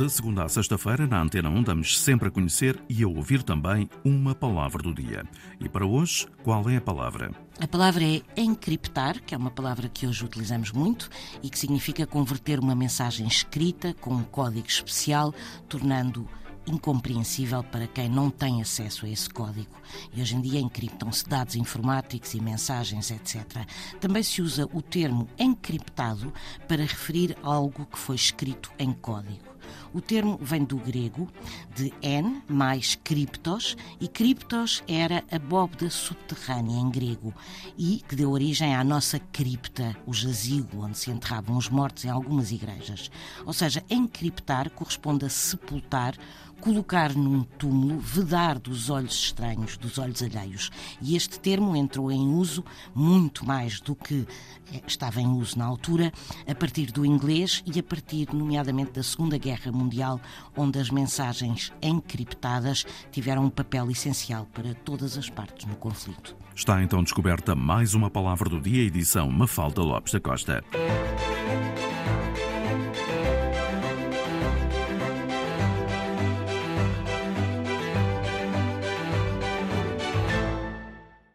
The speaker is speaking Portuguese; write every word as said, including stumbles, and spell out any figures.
De segunda a sexta-feira, na Antena um, damos sempre a conhecer e a ouvir também uma palavra do dia. E para hoje, qual é a palavra? A palavra é encriptar, que é uma palavra que hoje utilizamos muito e que significa converter uma mensagem escrita com um código especial, tornando incompreensível para quem não tem acesso a esse código. E hoje em dia encriptam-se dados informáticos e mensagens, etcétera. Também se usa o termo encriptado para referir a algo que foi escrito em código. O termo vem do grego, de en mais criptos, e criptos era a bóveda subterrânea em grego e que deu origem à nossa cripta, o jazigo onde se enterravam os mortos em algumas igrejas. Ou seja, encriptar corresponde a sepultar, colocar num túmulo, vedar dos olhos estranhos, dos olhos alheios. E este termo entrou em uso muito mais do que estava em uso na altura, a partir do inglês e a partir, nomeadamente, da Segunda Guerra Mundial, onde as mensagens encriptadas tiveram um papel essencial para todas as partes no conflito. Está então descoberta mais uma palavra do dia, edição Mafalda Lopes da Costa.